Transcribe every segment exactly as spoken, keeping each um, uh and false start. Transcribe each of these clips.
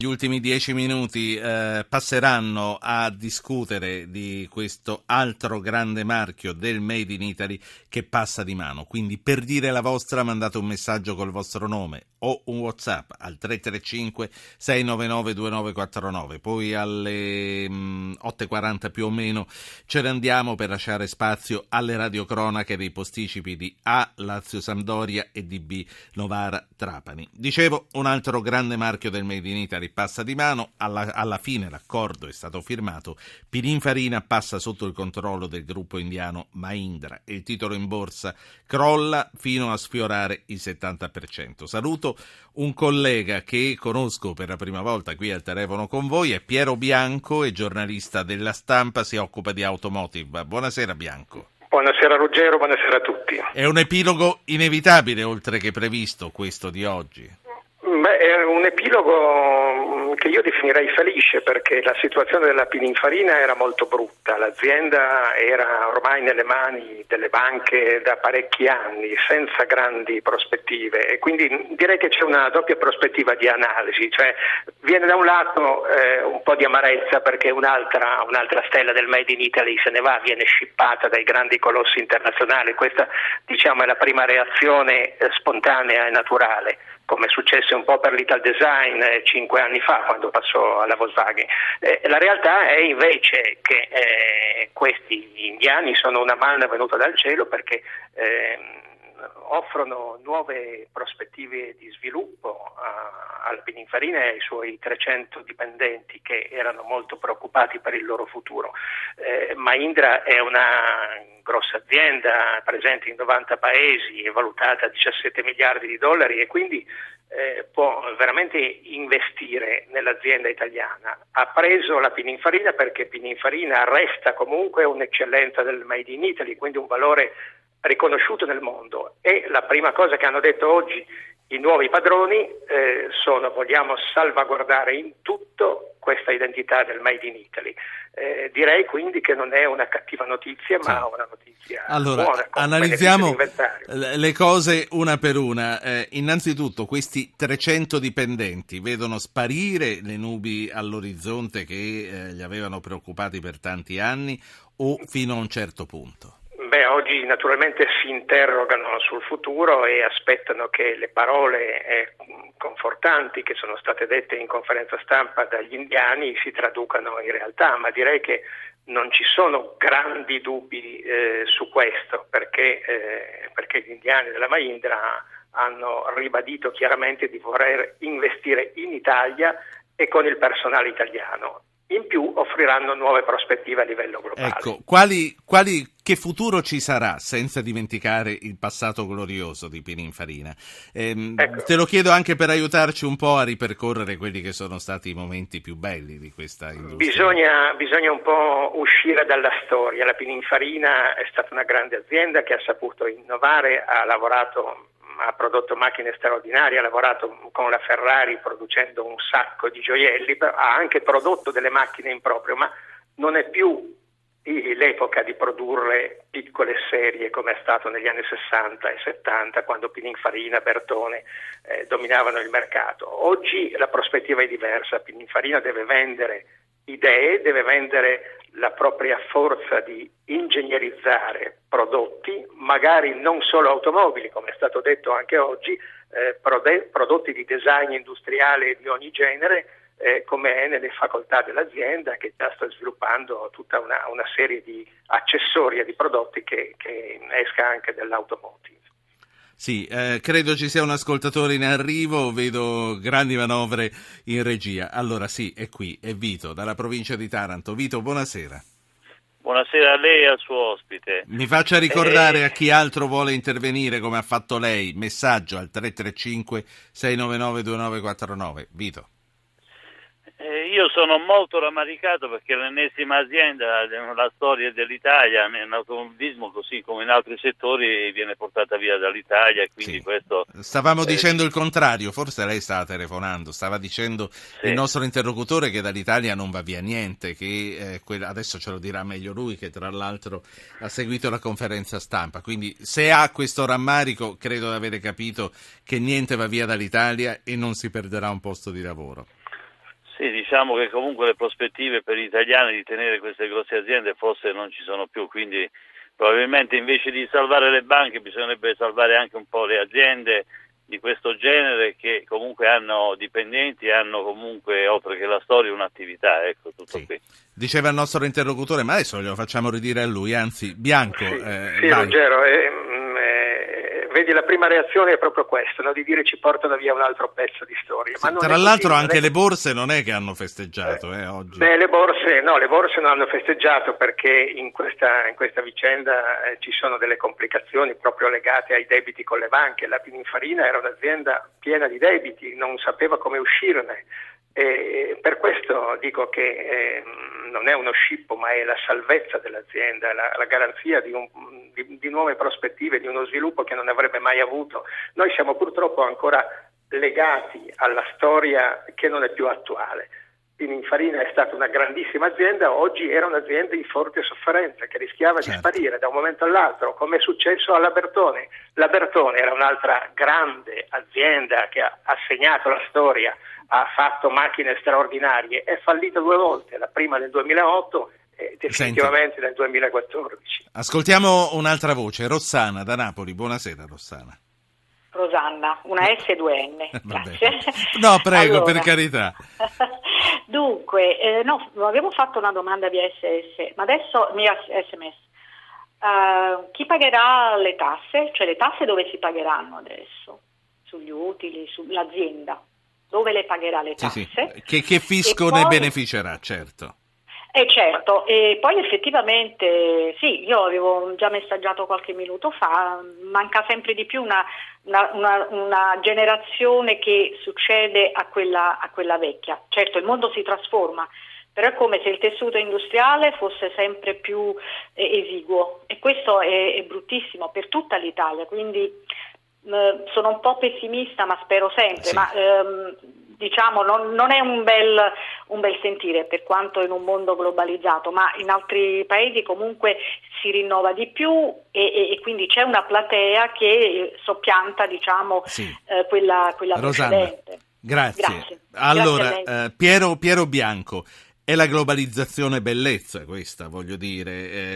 Gli ultimi dieci minuti eh, passeranno a discutere di questo altro grande marchio del Made in Italy che passa di mano. Quindi, per dire la vostra, mandate un messaggio col vostro nome o un WhatsApp al tre tre cinque sei nove nove due nove quattro nove. Poi alle mh, otto e quaranta più o meno ce ne andiamo per lasciare spazio alle radiocronache dei posticipi di A, Lazio Sampdoria e di B, Novara Trapani. Dicevo, un altro grande marchio del Made in Italy passa di mano. Alla, alla fine l'accordo è stato firmato. Pininfarina passa sotto il controllo del gruppo indiano Mahindra e il titolo in borsa crolla fino a sfiorare il settanta per cento. Saluto un collega che conosco per la prima volta qui al telefono con voi, è Piero Bianco, è giornalista della Stampa, si occupa di automotive. Buonasera Bianco. Buonasera Ruggero, buonasera a tutti. È un epilogo inevitabile oltre che previsto questo di oggi. Beh, è un epilogo che io definirei felice, perché la situazione della Pininfarina era molto brutta, l'azienda era ormai nelle mani delle banche da parecchi anni, senza grandi prospettive, e quindi direi che c'è una doppia prospettiva di analisi, cioè viene da un lato eh, un po' di amarezza perché un'altra, un'altra stella del Made in Italy se ne va, viene scippata dai grandi colossi internazionali. Questa, diciamo, è la prima reazione eh, spontanea e naturale, come successe un po' per l'Italdesign eh, cinque anni fa quando passò alla Volkswagen. Eh, la realtà è invece che eh, questi indiani sono una manna venuta dal cielo, perché eh, offrono nuove prospettive di sviluppo a, alla Pininfarina e ai suoi trecento dipendenti che erano molto preoccupati per il loro futuro. Eh, Mahindra è una grossa azienda presente in novanta paesi, è valutata a diciassette miliardi di dollari e quindi eh, può veramente investire nell'azienda italiana. Ha preso la Pininfarina perché Pininfarina resta comunque un'eccellenza del Made in Italy, quindi un valore riconosciuto nel mondo, e la prima cosa che hanno detto oggi i nuovi padroni eh, sono: vogliamo salvaguardare in tutto questa identità del Made in Italy. Eh, direi quindi che non è una cattiva notizia, ma sì, una notizia allora, buona. Analizziamo le cose una per una. Eh, innanzitutto, questi trecento dipendenti vedono sparire le nubi all'orizzonte che eh, li avevano preoccupati per tanti anni, o fino a un certo punto? Beh, oggi naturalmente si interrogano sul futuro e aspettano che le parole eh, confortanti che sono state dette in conferenza stampa dagli indiani si traducano in realtà, ma direi che non ci sono grandi dubbi eh, su questo, perché, eh, perché gli indiani della Mahindra hanno ribadito chiaramente di voler investire in Italia e con il personale italiano. In più offriranno nuove prospettive a livello globale. Ecco, quali, quali, che futuro ci sarà, senza dimenticare il passato glorioso di Pininfarina? Ehm, ecco. Te lo chiedo anche per aiutarci un po' a ripercorrere quelli che sono stati i momenti più belli di questa industria. Bisogna, bisogna un po' uscire dalla storia. La Pininfarina è stata una grande azienda che ha saputo innovare, ha lavorato... ha prodotto macchine straordinarie, ha lavorato con la Ferrari producendo un sacco di gioielli, ha anche prodotto delle macchine in proprio, ma non è più l'epoca di produrre piccole serie come è stato negli anni sessanta e settanta, quando Pininfarina, Bertone eh, dominavano il mercato. Oggi la prospettiva è diversa. Pininfarina deve vendere idee, deve vendere la propria forza di ingegnerizzare prodotti, magari non solo automobili, come è stato detto anche oggi, eh, prode- prodotti di design industriale di ogni genere, eh, come è nelle facoltà dell'azienda, che già sta sviluppando tutta una, una serie di accessori e di prodotti che, che esca anche dall'automotive. Sì, eh, credo ci sia un ascoltatore in arrivo, vedo grandi manovre in regia. Allora sì, è qui, è Vito, dalla provincia di Taranto. Vito, buonasera. Buonasera a lei e al suo ospite. Mi faccia ricordare eh... a chi altro vuole intervenire, come ha fatto lei, messaggio al tre tre cinque sei nove nove due nove quattro nove. Vito. Eh, io sono molto rammaricato perché l'ennesima azienda nella storia dell'Italia, nell'automobilismo così come in altri settori, viene portata via dall'Italia, e quindi sì. questo... Stavamo eh, dicendo il contrario, forse lei stava telefonando, stava dicendo sì. Il nostro interlocutore che dall'Italia non va via niente, che eh, que- adesso ce lo dirà meglio lui, che tra l'altro ha seguito la conferenza stampa, quindi se ha questo rammarico credo di avere capito che niente va via dall'Italia e non si perderà un posto di lavoro. Sì, diciamo che comunque le prospettive per gli italiani di tenere queste grosse aziende forse non ci sono più, quindi probabilmente invece di salvare le banche bisognerebbe salvare anche un po' le aziende di questo genere che comunque hanno dipendenti e hanno comunque, oltre che la storia, un'attività, ecco, tutto sì. qui. Diceva il nostro interlocutore, ma adesso glielo facciamo ridire a lui, anzi, Bianco. Sì, eh, sì Ruggero, eh, eh, vedi, la prima reazione è proprio questa, no? Di dire ci portano via un altro pezzo di storia. Sì, Ma non tra è l'altro così, anche è... le borse non è che hanno festeggiato eh, oggi. Beh, le borse, no, le borse non hanno festeggiato perché in questa, in questa vicenda eh, ci sono delle complicazioni proprio legate ai debiti con le banche. La Pininfarina era un'azienda piena di debiti, non sapeva come uscirne. E per questo dico che eh, non è uno scippo, ma è la salvezza dell'azienda, la, la garanzia di, un, di, di nuove prospettive, di uno sviluppo che non avrebbe mai avuto. Noi siamo purtroppo ancora legati alla storia che non è più attuale. Pininfarina è stata una grandissima azienda, oggi era un'azienda in forte sofferenza che rischiava certo. di sparire da un momento all'altro, come è successo alla Bertone. La Bertone era un'altra grande azienda che ha, ha segnato la storia, ha fatto macchine straordinarie, è fallita due volte, la prima nel duemilaotto e definitivamente Senti. nel duemilaquattordici. Ascoltiamo un'altra voce, Rossana da Napoli. Buonasera Rossana. Rosanna, una S e due N, grazie. No, prego, allora, per carità. Dunque, eh, no, avevo fatto una domanda via S S, ma adesso mia S M S. Uh, chi pagherà le tasse? Cioè le tasse dove si pagheranno adesso? Sugli utili, sull'azienda? Dove le pagherà le tasse? Sì, sì. Che, che fisco poi, ne beneficerà, certo. Eh certo, e poi effettivamente sì, io avevo già messaggiato qualche minuto fa, manca sempre di più una, una, una, una generazione che succede a quella, a quella vecchia. Certo, il mondo si trasforma, però è come se il tessuto industriale fosse sempre più eh, esiguo e questo è, è bruttissimo per tutta l'Italia, quindi eh, sono un po' pessimista ma spero sempre, sì. ma ehm, diciamo non, non è un bel, un bel sentire per quanto in un mondo globalizzato, ma in altri paesi comunque si rinnova di più e, e, e quindi c'è una platea che soppianta diciamo sì. eh, quella, quella precedente. Grazie. Grazie. Allora, Grazie eh, Piero, Piero Bianco, è la globalizzazione bellezza questa, voglio dire. Eh...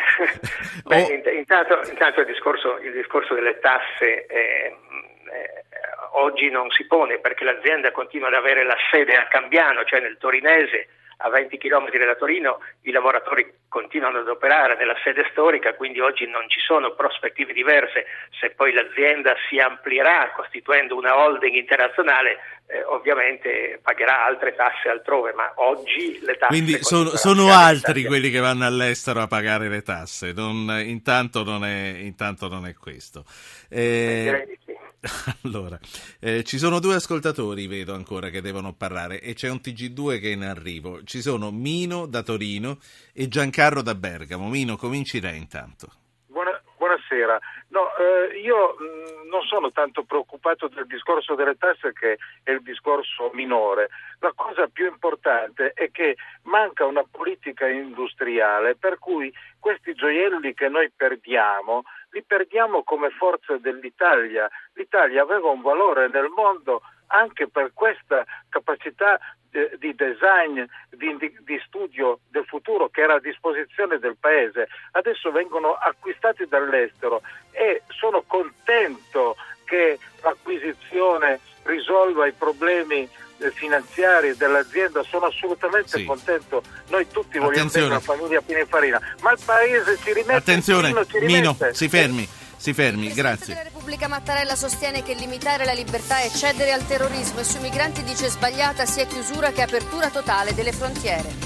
Beh, oh. intanto, intanto il discorso, il discorso delle tasse eh, eh, oggi non si pone perché l'azienda continua ad avere la sede a Cambiano, cioè nel torinese, a venti chilometri da Torino. I lavoratori continuano ad operare nella sede storica, quindi oggi non ci sono prospettive diverse. Se poi l'azienda si amplierà costituendo una holding internazionale, eh, ovviamente pagherà altre tasse altrove, ma oggi le tasse... Quindi sono, sono altri quelli che vanno all'estero a pagare le tasse, non, intanto, non è, intanto non è questo. Eh... Direi di sì. Allora, eh, ci sono due ascoltatori, vedo ancora, che devono parlare e c'è un T G due che è in arrivo. Ci sono Mino da Torino e Giancarlo da Bergamo. Mino, cominci lei intanto. Buona, buonasera. No, eh, io mh, non sono tanto preoccupato del discorso delle tasse, che è il discorso minore. La cosa più importante è che manca una politica industriale per cui questi gioielli che noi perdiamo li perdiamo come forza dell'Italia. L'Italia aveva un valore nel mondo anche per questa capacità eh, di design, di, di, di studio del futuro che era a disposizione del paese. Adesso vengono acquistati dall'estero e sono contento che l'acquisizione risolva i problemi finanziari dell'azienda, sono assolutamente sì. contento. Noi tutti vogliamo bene la famiglia Pininfarina, ma il paese ci rimette. Attenzione, Mino, ci Mino, rimette. si fermi, si fermi, il grazie. La Repubblica Mattarella sostiene che limitare la libertà è cedere al terrorismo e sui migranti dice sbagliata sia chiusura che apertura totale delle frontiere.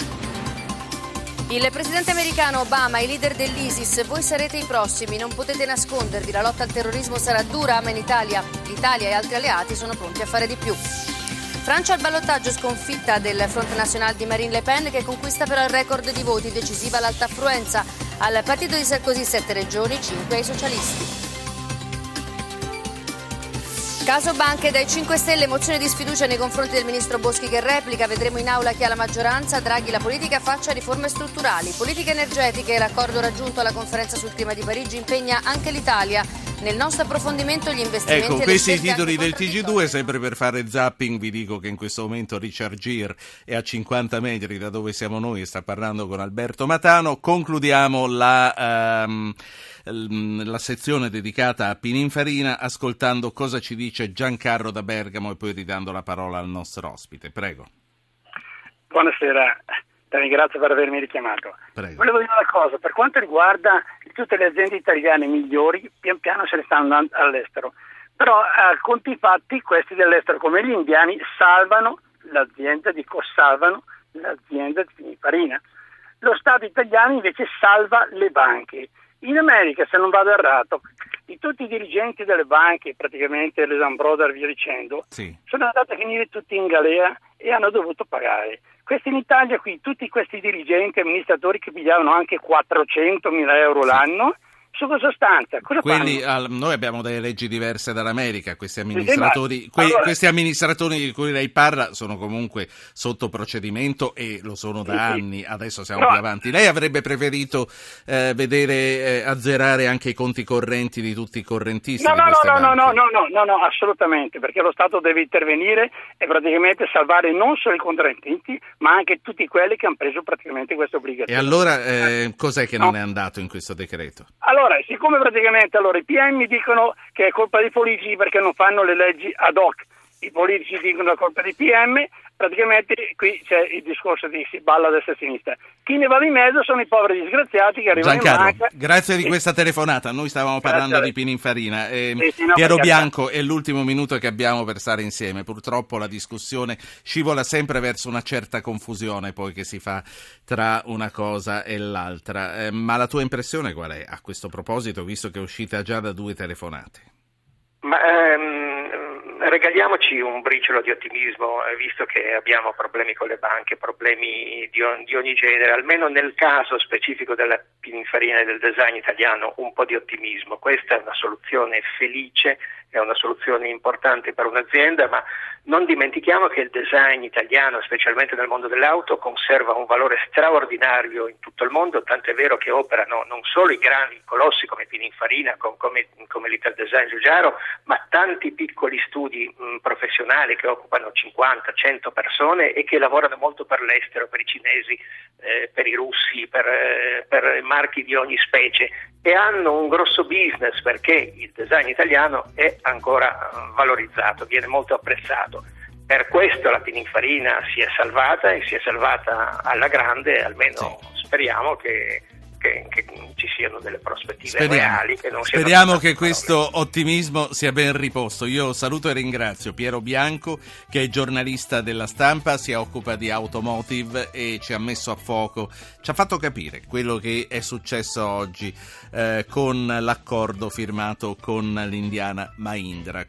Il presidente americano Obama e i leader dell'ISIS: voi sarete i prossimi, non potete nascondervi, la lotta al terrorismo sarà dura, ma in Italia l'Italia e altri alleati sono pronti a fare di più. Francia al ballottaggio, sconfitta del Front National di Marine Le Pen, che conquista però il record di voti, decisiva l'alta affluenza. Al partito di Sarkozy sette regioni, cinque ai socialisti. Caso banche, dai cinque Stelle mozione di sfiducia nei confronti del ministro Boschi che replica, vedremo in aula chi ha la maggioranza. Draghi: la politica faccia riforme strutturali. Politiche energetiche, l'accordo raggiunto alla conferenza sul clima di Parigi impegna anche l'Italia Nel nostro approfondimento gli investimenti... Ecco, e le questi i scelte titoli del T G due, contraddittorie. sempre per fare zapping vi dico che in questo momento Richard Gere è a cinquanta metri da dove siamo noi e sta parlando con Alberto Matano. Concludiamo la... Um, la sezione dedicata a Pininfarina ascoltando cosa ci dice Giancarlo da Bergamo e poi ridando la parola al nostro ospite. Prego. Buonasera, ti ringrazio per avermi richiamato. Prego. Volevo dire una cosa, per quanto riguarda tutte le aziende italiane migliori, pian piano se ne stanno andando all'estero, però a conti fatti questi dell'estero come gli indiani salvano l'azienda, dico salvano l'azienda di Pininfarina. Lo Stato italiano invece salva le banche. In America, se non vado errato, di tutti i dirigenti delle banche, praticamente Lehman Brothers e via dicendo, sì, sono andati a finire tutti in galera e hanno dovuto pagare. Questi in Italia qui, tutti questi dirigenti, amministratori che pigliavano anche quattrocentomila euro l'anno, su cosa stanza? Cosa Quelli, fanno? al, noi abbiamo delle leggi diverse dall'America, questi amministratori, sì, que, allora, questi amministratori di cui lei parla sono comunque sotto procedimento e lo sono da sì, anni, sì. adesso siamo No. più avanti. Lei avrebbe preferito eh, vedere eh, azzerare anche i conti correnti di tutti i correntisti No, di no, queste no, no, banche? no, no, no, no, no, assolutamente, perché lo Stato deve intervenire e praticamente salvare non solo i contraenti, ma anche tutti quelli che hanno preso praticamente questa E obbligazione. allora eh, cos'è che No. non è andato in questo decreto? Allora, siccome praticamente allora, i P M dicono che è colpa dei politici perché non fanno le leggi ad hoc, i politici dicono che è colpa dei P M, praticamente qui c'è il discorso di si balla a destra e a sinistra. Chi ne va di mezzo sono i poveri disgraziati che arrivano Giancarlo, in banca. grazie di Sì. questa telefonata. Noi stavamo Grazie parlando a lei. di Pininfarina. Eh, Sì, sì, no, Piero per Bianco è l'ultimo minuto che abbiamo per stare insieme. Purtroppo la discussione scivola sempre verso una certa confusione poi che si fa tra una cosa e l'altra. Eh, ma la tua impressione qual è a questo proposito, visto che è uscita già da due telefonate? Ma ehm, regaliamoci un briciolo di ottimismo, eh, visto che abbiamo problemi con le banche, problemi di, on- di ogni genere, almeno nel caso specifico della Pininfarina e del design italiano un po' di ottimismo. Questa è una soluzione felice, è una soluzione importante per un'azienda, ma non dimentichiamo che il design italiano, specialmente nel mondo dell'auto, conserva un valore straordinario in tutto il mondo, tant'è vero che operano non solo i grandi colossi come Pininfarina, com- come, come l'Ital Design Giugiaro, ma tanti piccoli studi mh, professionali che occupano cinquanta cento persone e che lavorano molto per l'estero, per i cinesi, eh, per i russi, per, eh, per marchi di ogni specie, e hanno un grosso business perché il design italiano è ancora uh, valorizzato, viene molto apprezzato. Per questo la Pininfarina si è salvata e si è salvata alla grande, almeno Sì. speriamo che, che, che ci siano delle prospettive Speriamo, reali. Che non siano Speriamo soltanto che questo parole. ottimismo sia ben riposto. Io saluto e ringrazio Piero Bianco, che è giornalista della Stampa, si occupa di automotive e ci ha messo a fuoco, ci ha fatto capire quello che è successo oggi eh, con l'accordo firmato con l'Indiana Mahindra.